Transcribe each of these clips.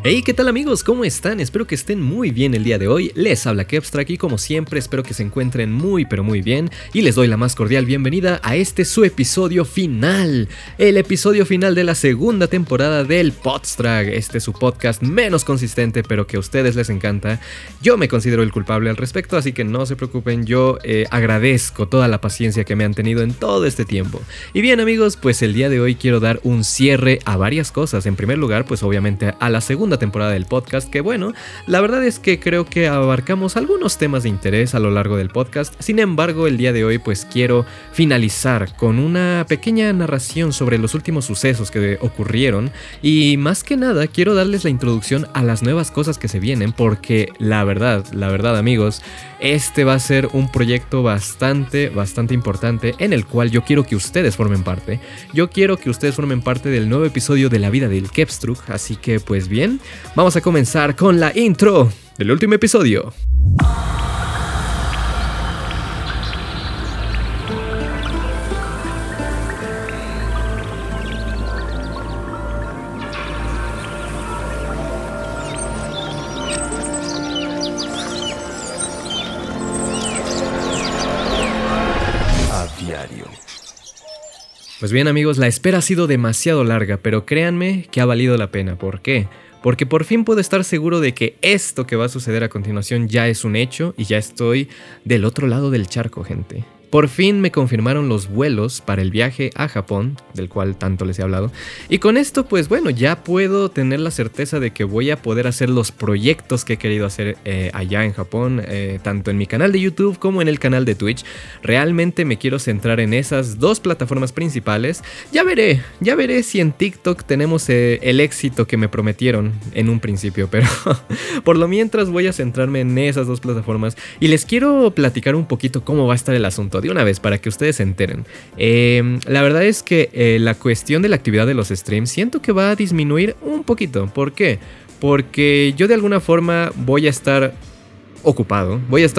Hey, ¿qué tal amigos? ¿Cómo están? Espero que estén muy bien el día de hoy. Les habla Kevstrack y como siempre espero que se encuentren muy pero muy bien y les doy la más cordial bienvenida a este su episodio final. El episodio final de la segunda temporada del Podstrack. Este es su podcast menos consistente pero que a ustedes les encanta. Yo me considero el culpable al respecto, así que no se preocupen, yo agradezco toda la paciencia que me han tenido en todo este tiempo. Y bien amigos, pues el día de hoy quiero dar un cierre a varias cosas. En primer lugar, pues obviamente a la segunda temporada del podcast, que bueno, la verdad es que creo que abarcamos algunos temas de interés a lo largo del podcast. Sin embargo, el día de hoy pues quiero finalizar con una pequeña narración sobre los últimos sucesos que ocurrieron y más que nada quiero darles la introducción a las nuevas cosas que se vienen, porque la verdad amigos, este va a ser un proyecto bastante importante en el cual yo quiero que ustedes formen parte. Yo quiero que ustedes formen parte del nuevo episodio de la vida del Kevstruck, así que pues bien, vamos a comenzar con la intro del último episodio. Pues bien amigos, la espera ha sido demasiado larga, pero créanme que ha valido la pena. ¿Por qué? Porque por fin puedo estar seguro de que esto que va a suceder a continuación ya es un hecho y ya estoy del otro lado del charco, gente. Por fin me confirmaron los vuelos para el viaje a Japón, del cual tanto les he hablado. Y con esto, pues bueno, ya puedo tener la certeza de que voy a poder hacer los proyectos que he querido hacer allá en Japón, tanto en mi canal de YouTube como en el canal de Twitch. Realmente me quiero centrar en esas dos plataformas principales. Ya veré si en TikTok tenemos el éxito que me prometieron en un principio, pero por lo mientras voy a centrarme en esas dos plataformas y les quiero platicar un poquito cómo va a estar el asunto de una vez para que ustedes se enteren. La verdad es que la cuestión de la actividad de los streams siento que va a disminuir un poquito. ¿Por qué? Porque yo de alguna forma voy a estar ocupado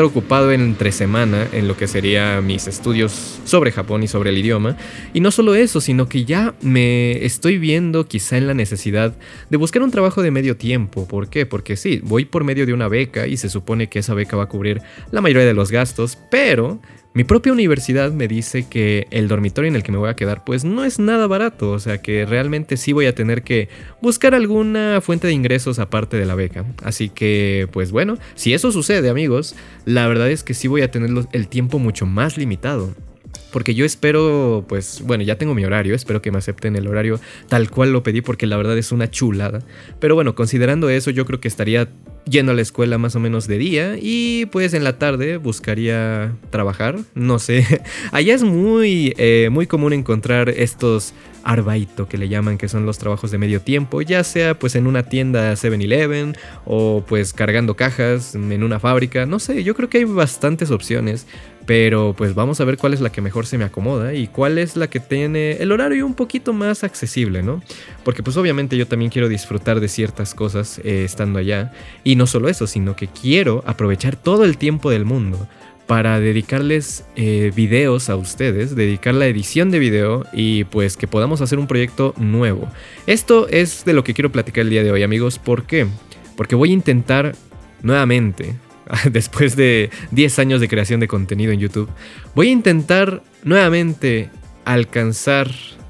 entre semana en lo que serían mis estudios sobre Japón y sobre el idioma. Y no solo eso, sino que ya me estoy viendo quizá en la necesidad de buscar un trabajo de medio tiempo. ¿Por qué? Porque sí, voy por medio de una beca y se supone que esa beca va a cubrir la mayoría de los gastos, pero mi propia universidad me dice que el dormitorio en el que me voy a quedar pues no es nada barato, o sea que realmente sí voy a tener que buscar alguna fuente de ingresos aparte de la beca. Así que pues bueno, si eso sucede amigos, la verdad es que sí voy a tener el tiempo mucho más limitado. Porque yo espero, pues bueno, ya tengo mi horario, espero que me acepten el horario tal cual lo pedí porque la verdad es una chulada. Pero bueno, considerando eso yo creo que estaría yendo a la escuela más o menos de día y pues en la tarde buscaría trabajar, no sé. Allá es muy común encontrar estos arbaito que le llaman, que son los trabajos de medio tiempo, ya sea pues en una tienda 7-Eleven o pues cargando cajas en una fábrica, no sé, yo creo que hay bastantes opciones. Pero pues vamos a ver cuál es la que mejor se me acomoda y cuál es la que tiene el horario un poquito más accesible, ¿no? Porque pues obviamente yo también quiero disfrutar de ciertas cosas estando allá. Y no solo eso, sino que quiero aprovechar todo el tiempo del mundo para dedicarles videos a ustedes, dedicar la edición de video y pues que podamos hacer un proyecto nuevo. Esto es de lo que quiero platicar el día de hoy, amigos. ¿Por qué? Porque voy a intentar nuevamente, después de 10 años de creación de contenido en YouTube, voy a intentar nuevamente alcanzar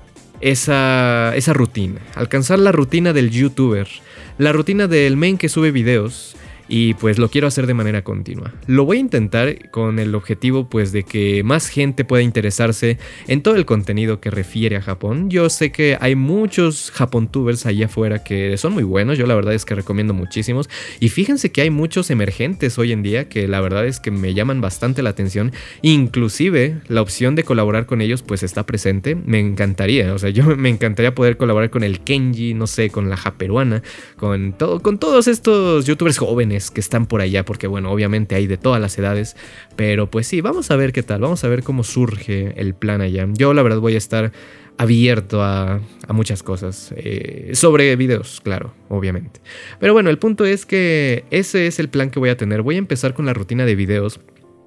esa rutina. Alcanzar la rutina del YouTuber, la rutina del men que sube videos. Y pues lo quiero hacer de manera continua. Lo voy a intentar con el objetivo pues de que más gente pueda interesarse en todo el contenido que refiere a Japón. Yo sé que hay muchos japontubers allá afuera que son muy buenos. Yo la verdad es que recomiendo muchísimos. Y fíjense que hay muchos emergentes hoy en día que la verdad es que me llaman bastante la atención. Inclusive la opción de colaborar con ellos pues está presente. Me encantaría, o sea, me encantaría poder colaborar con el Kenji, no sé, con la Japeruana, con todos estos youtubers jóvenes que están por allá, porque bueno, obviamente hay de todas las edades, pero pues sí, vamos a ver qué tal, vamos a ver cómo surge el plan allá. Yo la verdad voy a estar abierto a muchas cosas, sobre videos, claro, obviamente. Pero bueno, el punto es que ese es el plan que voy a tener. Voy a empezar con la rutina de videos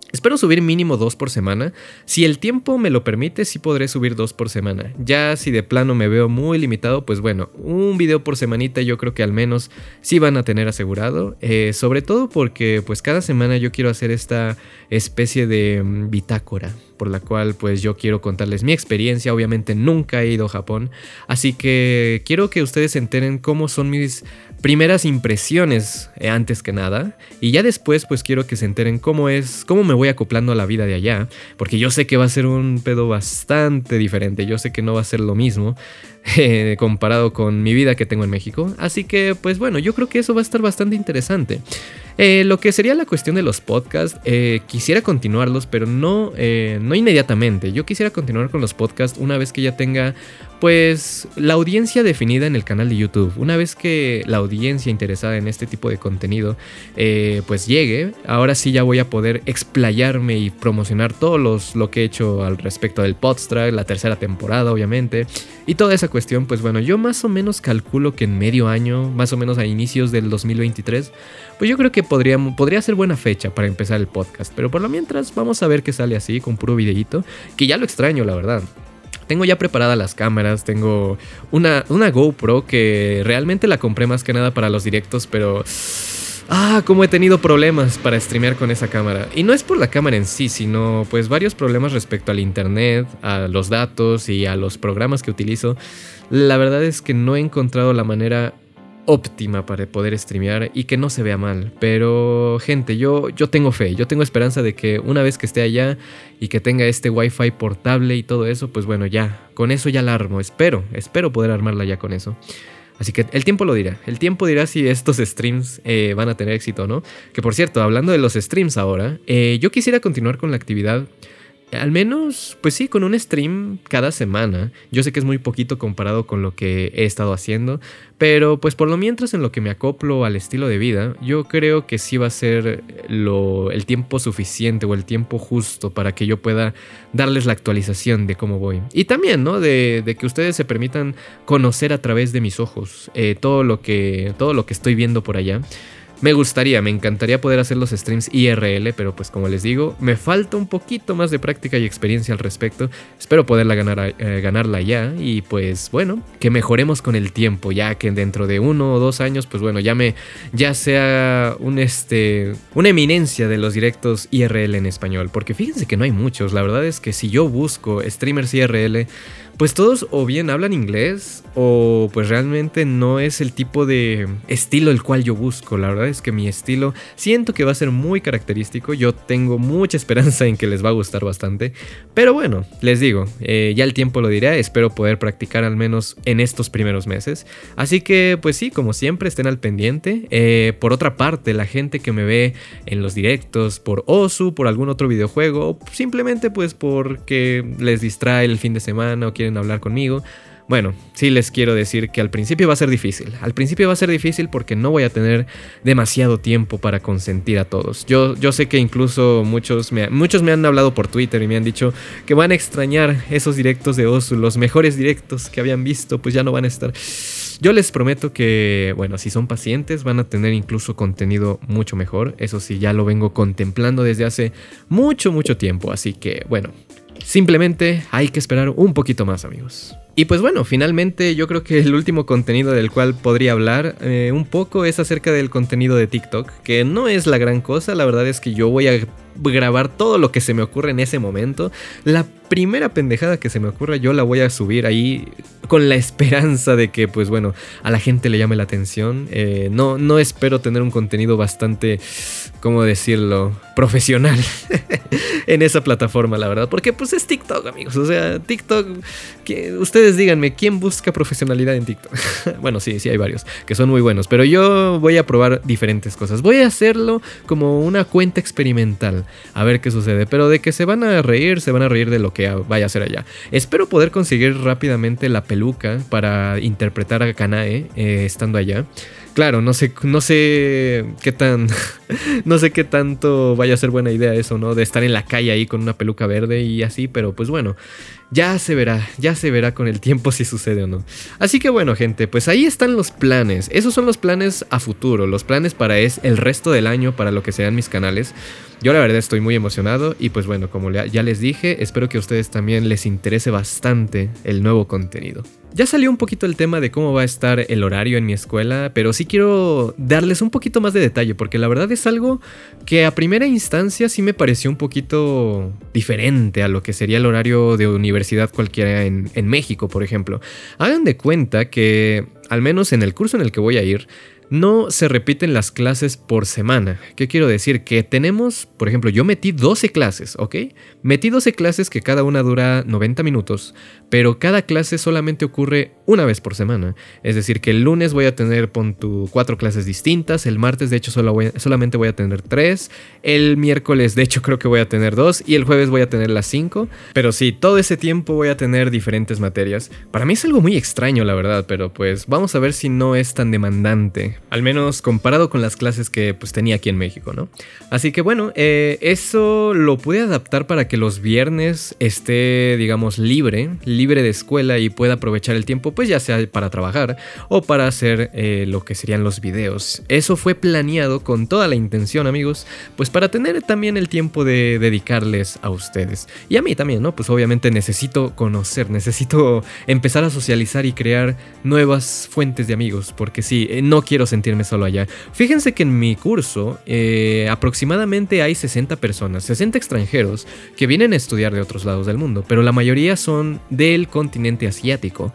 Espero subir mínimo 2 por semana. Si el tiempo me lo permite, sí podré subir 2 por semana. Ya si de plano me veo muy limitado, pues bueno, un video por semanita yo creo que al menos sí van a tener asegurado. Sobre todo porque pues cada semana yo quiero hacer esta especie de bitácora, por la cual pues yo quiero contarles mi experiencia. Obviamente nunca he ido a Japón, así que quiero que ustedes se enteren cómo son mis primeras impresiones antes que nada, y ya después pues quiero que se enteren cómo me voy acoplando a la vida de allá, porque yo sé que va a ser un pedo bastante diferente, yo sé que no va a ser lo mismo comparado con mi vida que tengo en México, así que pues bueno, yo creo que eso va a estar bastante interesante. Lo que sería la cuestión de los podcasts, quisiera continuarlos, pero no inmediatamente. Yo quisiera continuar con los podcasts una vez que ya tenga pues la audiencia definida en el canal de YouTube. Una vez que la audiencia interesada en este tipo de contenido pues llegue, ahora sí ya voy a poder explayarme y promocionar todo lo que he hecho al respecto del Podstrack, la tercera temporada obviamente, y toda esa cuestión. Pues bueno, yo más o menos calculo que en medio año, más o menos a inicios del 2023, pues yo creo que podría ser buena fecha para empezar el podcast. Pero por lo mientras vamos a ver qué sale así, con puro videíto, que ya lo extraño la verdad. Tengo ya preparadas las cámaras, tengo una GoPro que realmente la compré más que nada para los directos, pero cómo he tenido problemas para streamear con esa cámara. Y no es por la cámara en sí, sino pues varios problemas respecto al internet, a los datos y a los programas que utilizo. La verdad es que no he encontrado la manera óptima para poder streamear y que no se vea mal. Pero gente, yo tengo fe, yo tengo esperanza de que una vez que esté allá y que tenga este wifi portable y todo eso, pues bueno, ya, con eso ya la armo. Espero poder armarla ya con eso. Así que el tiempo lo dirá. El tiempo dirá si estos streams van a tener éxito o no. Que por cierto, hablando de los streams ahora, yo quisiera continuar con la actividad. Al menos, pues sí, con un stream cada semana. Yo sé que es muy poquito comparado con lo que he estado haciendo, pero pues por lo mientras en lo que me acoplo al estilo de vida, yo creo que sí va a ser el tiempo suficiente o el tiempo justo para que yo pueda darles la actualización de cómo voy. Y también, ¿no? De que ustedes se permitan conocer a través de mis ojos todo lo que estoy viendo por allá. Me encantaría poder hacer los streams IRL, pero pues como les digo, me falta un poquito más de práctica y experiencia al respecto. Espero poderla ganarla ya, y pues bueno, que mejoremos con el tiempo, ya que dentro de 1 o 2 años, pues bueno, ya sea una eminencia de los directos IRL en español, porque fíjense que no hay muchos. La verdad es que si yo busco streamers IRL, pues todos o bien hablan inglés o pues realmente no es el tipo de estilo el cual yo busco. La verdad es que mi estilo siento que va a ser muy característico. Yo tengo mucha esperanza en que les va a gustar bastante. Pero bueno, les digo, ya el tiempo lo dirá. Espero poder practicar al menos en estos primeros meses. Así que pues sí, como siempre, estén al pendiente. Por otra parte, la gente que me ve en los directos por Osu, por algún otro videojuego, o simplemente pues porque les distrae el fin de semana o quieren hablar conmigo, bueno, sí les quiero decir que al principio va a ser difícil. Al principio va a ser difícil porque no voy a tener demasiado tiempo para consentir a todos. Yo sé que incluso muchos me han hablado por Twitter y me han dicho que van a extrañar esos directos de Osu, los mejores directos que habían visto, pues ya no van a estar. Yo les prometo que, bueno, si son pacientes van a tener incluso contenido mucho mejor. Eso sí, ya lo vengo contemplando desde hace mucho tiempo. Así que, bueno, simplemente hay que esperar un poquito más, amigos. Y pues bueno, finalmente yo creo que el último contenido del cual podría hablar un poco es acerca del contenido de TikTok, que no es la gran cosa. La verdad es que yo voy a grabar todo lo que se me ocurre en ese momento. La primera pendejada que se me ocurra yo la voy a subir ahí con la esperanza de que pues bueno, a la gente le llame la atención. No espero tener un contenido bastante, ¿cómo decirlo?, profesional en esa plataforma, la verdad, porque pues es TikTok, amigos. O sea, TikTok, ustedes díganme, ¿quién busca profesionalidad en TikTok? Bueno, sí hay varios que son muy buenos, pero yo voy a probar diferentes cosas. Voy a hacerlo como una cuenta experimental, a ver qué sucede, pero de que se van a reír de lo que vaya a hacer allá. Espero poder conseguir rápidamente la peluca para interpretar a Kanae estando allá. Claro, no sé qué tanto vaya a ser buena idea eso, ¿no? De estar en la calle ahí con una peluca verde y así, pero pues bueno, ya se verá con el tiempo si sucede o no. Así que bueno, gente, pues ahí están los planes. Esos son los planes a futuro, los planes para el resto del año, para lo que serán mis canales. Yo la verdad estoy muy emocionado y pues bueno, como ya les dije, espero que a ustedes también les interese bastante el nuevo contenido. Ya salió un poquito el tema de cómo va a estar el horario en mi escuela, pero sí quiero darles un poquito más de detalle, porque la verdad es algo que a primera instancia sí me pareció un poquito diferente a lo que sería el horario de universidad cualquiera en México, por ejemplo. Hagan de cuenta que, al menos en el curso en el que voy a ir, no se repiten las clases por semana. ¿Qué quiero decir? Que tenemos, por ejemplo, yo metí 12 clases, ¿ok? Metí 12 clases que cada una dura 90 minutos, pero cada clase solamente ocurre una vez por semana. Es decir, que el lunes voy a tener, pon tú, 4 clases distintas, el martes de hecho solamente voy a tener 3, el miércoles de hecho creo que voy a tener 2 y el jueves voy a tener las 5. Pero sí, todo ese tiempo voy a tener diferentes materias. Para mí es algo muy extraño, la verdad, pero pues vamos a ver si no es tan demandante. Al menos comparado con las clases que pues tenía aquí en México, ¿no? Así que bueno, eso lo pude adaptar para que los viernes esté, digamos, libre de escuela y pueda aprovechar el tiempo, pues ya sea para trabajar o para hacer lo que serían los videos. Eso fue planeado con toda la intención, amigos, pues para tener también el tiempo de dedicarles a ustedes. Y a mí también, ¿no? Pues obviamente necesito conocer, necesito empezar a socializar y crear nuevas fuentes de amigos, porque sí, no quiero sentirme solo allá. Fíjense que en mi curso aproximadamente hay 60 personas, 60 extranjeros que vienen a estudiar de otros lados del mundo, pero la mayoría son del continente asiático.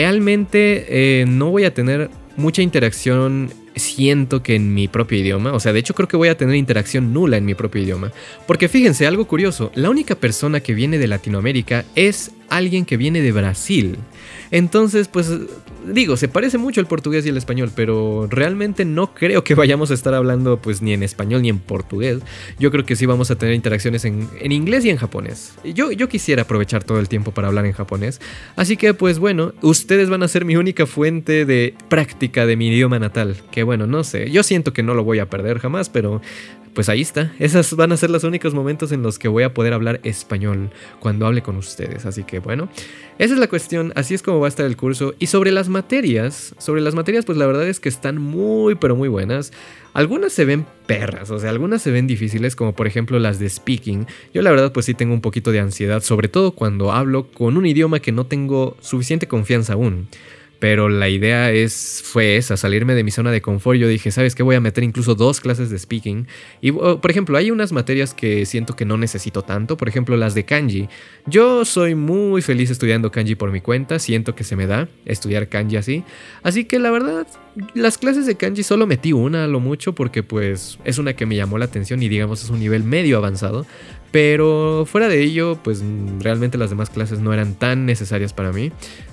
Realmente no voy a tener mucha interacción, siento que en mi propio idioma. O sea, de hecho creo que voy a tener interacción nula en mi propio idioma. Porque fíjense, algo curioso, la única persona que viene de Latinoamérica es alguien que viene de Brasil. Entonces, pues digo, se parece mucho el portugués y el español, pero realmente no creo que vayamos a estar hablando pues ni en español ni en portugués. Yo creo que sí vamos a tener interacciones en inglés y en japonés. Yo quisiera aprovechar todo el tiempo para hablar en japonés. Así que pues bueno, ustedes van a ser mi única fuente de práctica de mi idioma natal. Que bueno, no sé, yo siento que no lo voy a perder jamás, pero pues ahí está. Esas van a ser los únicos momentos en los que voy a poder hablar español cuando hable con ustedes. Así que bueno, esa es la cuestión. Así es como va a estar el curso. Y sobre las materias, pues la verdad es que están muy pero muy buenas. Algunas se ven perras, o sea, algunas se ven difíciles, como por ejemplo las de speaking. Yo la verdad pues sí tengo un poquito de ansiedad, sobre todo cuando hablo con un idioma que no tengo suficiente confianza aún. Pero la idea fue esa, salirme de mi zona de confort. Yo dije, ¿sabes qué? Voy a meter incluso 2 clases de speaking. Y, por ejemplo, hay unas materias que siento que no necesito tanto. Por ejemplo, las de kanji. Yo soy muy feliz estudiando kanji por mi cuenta. Siento que se me da estudiar kanji así. Así que la verdad, las clases de kanji solo metí una a lo mucho, porque pues es una que me llamó la atención y digamos es un nivel medio avanzado. Pero fuera de ello, pues realmente las demás clases no eran tan necesarias para mí.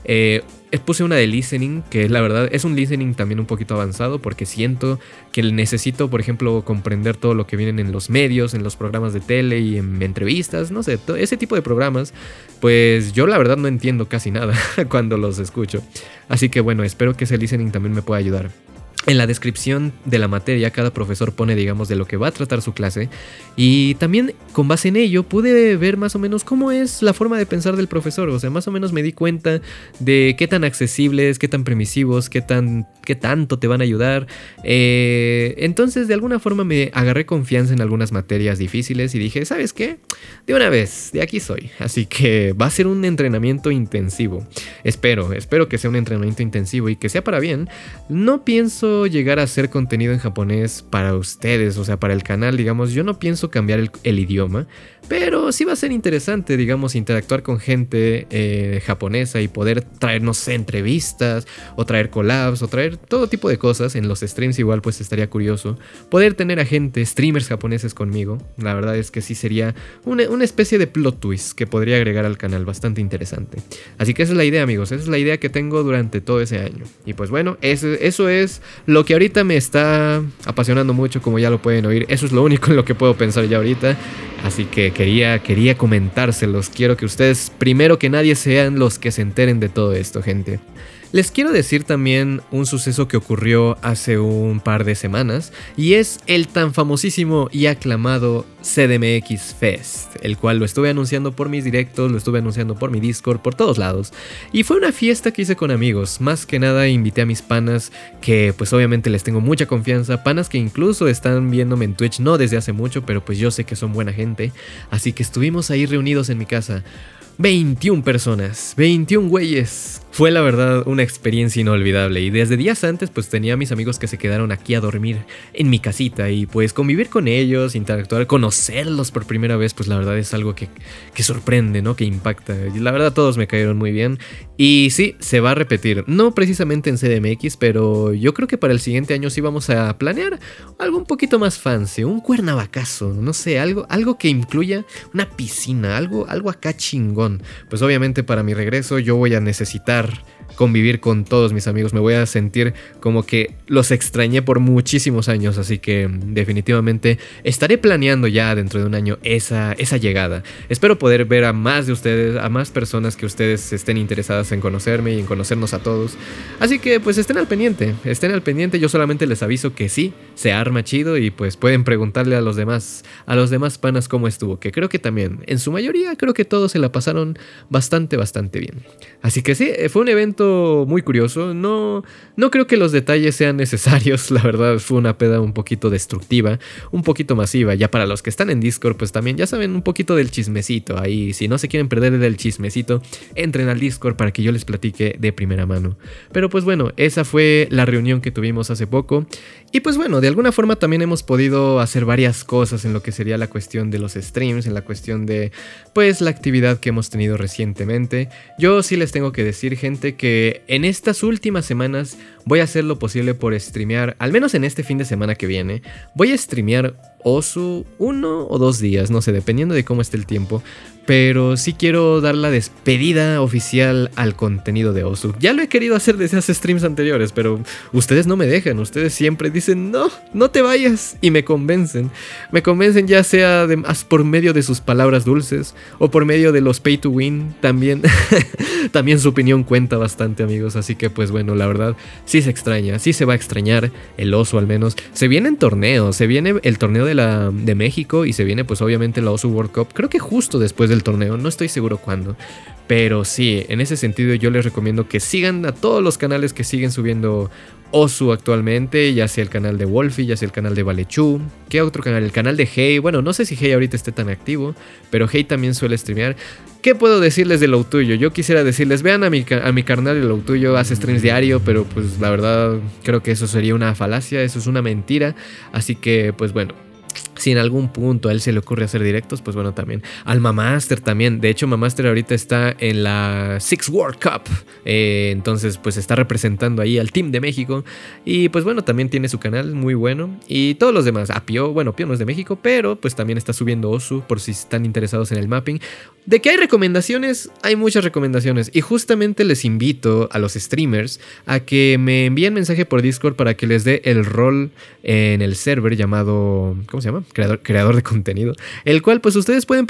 Puse una de listening, que la verdad es un listening también un poquito avanzado, porque siento que necesito, por ejemplo, comprender todo lo que vienen en los medios, en los programas de tele y en entrevistas, no sé, ese tipo de programas. Pues yo la verdad no entiendo casi nada cuando los escucho. Así que bueno, espero que ese listening también me pueda ayudar. En la descripción de la materia, cada profesor pone, digamos, de lo que va a tratar su clase. Y también, con base en ello, pude ver más o menos cómo es la forma de pensar del profesor. O sea, más o menos me di cuenta de qué tan accesibles, qué tan permisivos, qué tanto te van a ayudar. Entonces, de alguna forma me agarré confianza en algunas materias difíciles y dije, ¿sabes qué? De una vez, de aquí soy. Así que va a ser un entrenamiento intensivo. Espero que sea un entrenamiento intensivo y que sea para bien. No pienso llegar a hacer contenido en japonés para ustedes, o sea, para el canal, digamos. Yo no pienso cambiar el idioma, pero sí va a ser interesante, digamos, interactuar con gente japonesa y poder traer, no sé, entrevistas o traer collabs o traer todo tipo de cosas. En los streams igual pues estaría curioso poder tener a gente, streamers japoneses conmigo. La verdad es que sí sería una especie de plot twist que podría agregar al canal, bastante interesante. Así que esa es la idea, amigos, esa es la idea que tengo durante todo ese año. Y pues bueno, eso es lo que ahorita me está apasionando mucho, como ya lo pueden oír. Eso es lo único en lo que puedo pensar ya ahorita. Así que quería comentárselos. Quiero que ustedes, primero que nadie, sean los que se enteren de todo esto, gente. Les quiero decir también un suceso que ocurrió hace un par de semanas, y es el tan famosísimo y aclamado CDMX Fest, el cual lo estuve anunciando por mis directos, lo estuve anunciando por mi Discord, por todos lados, y fue una fiesta que hice con amigos. Más que nada invité a mis panas, que pues obviamente les tengo mucha confianza, panas que incluso están viéndome en Twitch no desde hace mucho, pero pues yo sé que son buena gente, así que estuvimos ahí reunidos en mi casa. 21 personas, 21 güeyes. Fue la verdad una experiencia inolvidable, y desde días antes pues tenía a mis amigos que se quedaron aquí a dormir en mi casita, y pues convivir con ellos, interactuar, conocerlos por primera vez, pues la verdad es algo que sorprende, ¿no? Que impacta. Y la verdad todos me cayeron muy bien, y sí, se va a repetir, no precisamente en CDMX, pero yo creo que para el siguiente año sí vamos a planear algo un poquito más fancy, un Cuernavacazo, no sé, algo que incluya una piscina, algo acá chingón. Pues obviamente para mi regreso yo voy a necesitar convivir con todos mis amigos, me voy a sentir como que los extrañé por muchísimos años, así que definitivamente estaré planeando ya dentro de un año esa llegada. Espero poder ver a más de ustedes, a más personas que ustedes estén interesadas en conocerme y en conocernos a todos, así que pues estén al pendiente, yo solamente les aviso que sí, se arma chido, y pues pueden preguntarle a los demás panas cómo estuvo, que creo que también, en su mayoría, creo que todos se la pasaron bastante bien. Así que sí, fue un evento muy curioso. No creo que los detalles sean necesarios. La verdad fue una peda un poquito destructiva, un poquito masiva. Ya para los que están en Discord, pues también ya saben un poquito del chismecito. Ahí, si no se quieren perder del chismecito, entren al Discord para que yo les platique de primera mano. Pero pues bueno, esa fue la reunión que tuvimos hace poco. Y pues bueno, de alguna forma también hemos podido hacer varias cosas en lo que sería la cuestión de los streams, en la cuestión de pues la actividad que hemos tenido recientemente. Yo sí les tengo que decir, gente, que en estas últimas semanas voy a hacer lo posible por streamear, al menos en este fin de semana que viene, voy a streamear Osu 1 o 2 días, no sé, dependiendo de cómo esté el tiempo. Pero sí quiero dar la despedida oficial al contenido de Osu. Ya lo he querido hacer desde hace streams anteriores, pero ustedes no me dejan. Ustedes siempre dicen, no te vayas. Y me convencen. Me convencen ya sea por medio de sus palabras dulces o por medio de los pay to win. También, también su opinión cuenta bastante, amigos. Así que pues bueno, la verdad sí se extraña. Sí se va a extrañar el Osu al menos. Se vienen torneos. Se viene el torneo de México y se viene pues obviamente la Osu World Cup. Creo que justo después del torneo, no estoy seguro cuándo, pero sí, en ese sentido yo les recomiendo que sigan a todos los canales que siguen subiendo Osu actualmente, ya sea el canal de Wolfie, ya sea el canal de Valechu. ¿Qué otro canal? El canal de Hey. Bueno, no sé si Hey ahorita esté tan activo, pero Hey también suele streamear. ¿Qué puedo decirles de Loutuyo? Yo quisiera decirles, vean a mi carnal de Loutuyo, hace streams diario, pero pues la verdad creo que eso sería una falacia, eso es una mentira, así que pues bueno, si en algún punto a él se le ocurre hacer directos, pues bueno, también. Al Mamaster también. De hecho, Mamaster ahorita está en la Six World Cup. Entonces, pues está representando ahí al Team de México. Y pues bueno, también tiene su canal muy bueno. Y todos los demás. Pio no es de México, pero pues también está subiendo Osu por si están interesados en el mapping. De que hay recomendaciones, hay muchas recomendaciones. Y justamente les invito a los streamers a que me envíen mensaje por Discord para que les dé el rol en el server llamado... ¿Cómo se llama? Creador de contenido, el cual pues ustedes pueden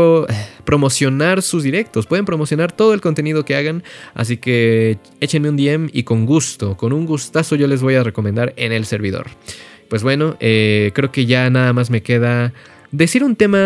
promocionar sus directos, pueden promocionar todo el contenido que hagan, así que échenme un DM y con un gustazo yo les voy a recomendar en el servidor. Pues bueno, creo que ya nada más me queda decir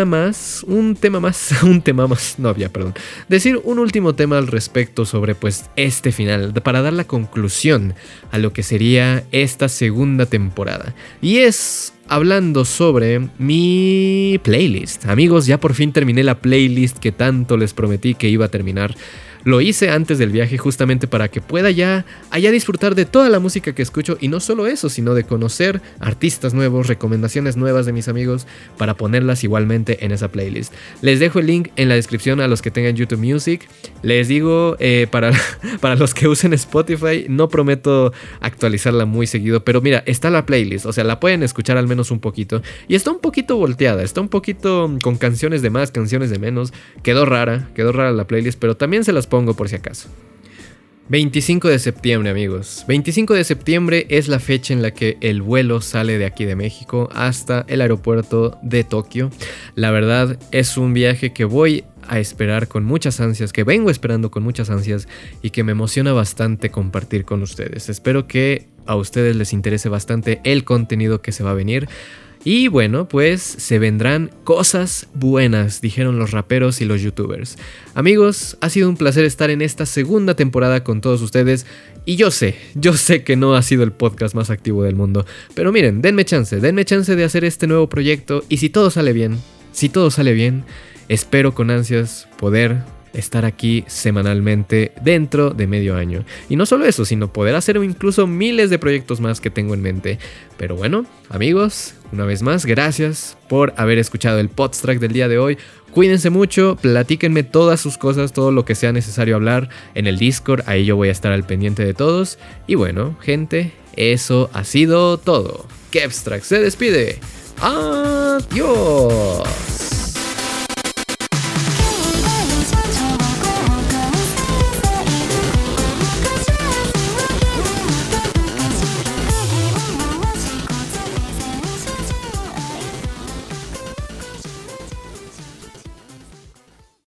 decir un último tema al respecto sobre pues este final, para dar la conclusión a lo que sería esta segunda temporada, y es hablando sobre mi playlist. Amigos, ya por fin terminé la playlist que tanto les prometí que iba a terminar. Lo hice antes del viaje justamente para que pueda ya allá disfrutar de toda la música que escucho, y no solo eso, sino de conocer artistas nuevos, recomendaciones nuevas de mis amigos para ponerlas igualmente en esa playlist. Les dejo el link en la descripción a los que tengan YouTube Music. Les digo, para los que usen Spotify, no prometo actualizarla muy seguido, pero mira, está la playlist, o sea, la pueden escuchar al menos un poquito, y está un poquito volteada, está un poquito con canciones de más, canciones de menos. Quedó rara la playlist, pero también se las pongo por si acaso. 25 de septiembre, amigos. 25 de septiembre es la fecha en la que el vuelo sale de aquí de México hasta el aeropuerto de Tokio. La verdad es un viaje que voy a esperar con muchas ansias, que vengo esperando con muchas ansias y que me emociona bastante compartir con ustedes. Espero que a ustedes les interese bastante el contenido que se va a venir. Y bueno, pues se vendrán cosas buenas, dijeron los raperos y los youtubers. Amigos, ha sido un placer estar en esta segunda temporada con todos ustedes. Y yo sé que no ha sido el podcast más activo del mundo. Pero miren, denme chance de hacer este nuevo proyecto. Y si todo sale bien, espero con ansias poder estar aquí semanalmente dentro de medio año. Y no solo eso, sino poder hacer incluso miles de proyectos más que tengo en mente. Pero bueno, amigos, una vez más, gracias por haber escuchado el Podstrack del día de hoy. Cuídense mucho, platíquenme todas sus cosas, todo lo que sea necesario hablar en el Discord. Ahí yo voy a estar al pendiente de todos. Y bueno, gente, eso ha sido todo. Kevstrack se despide. ¡Adiós!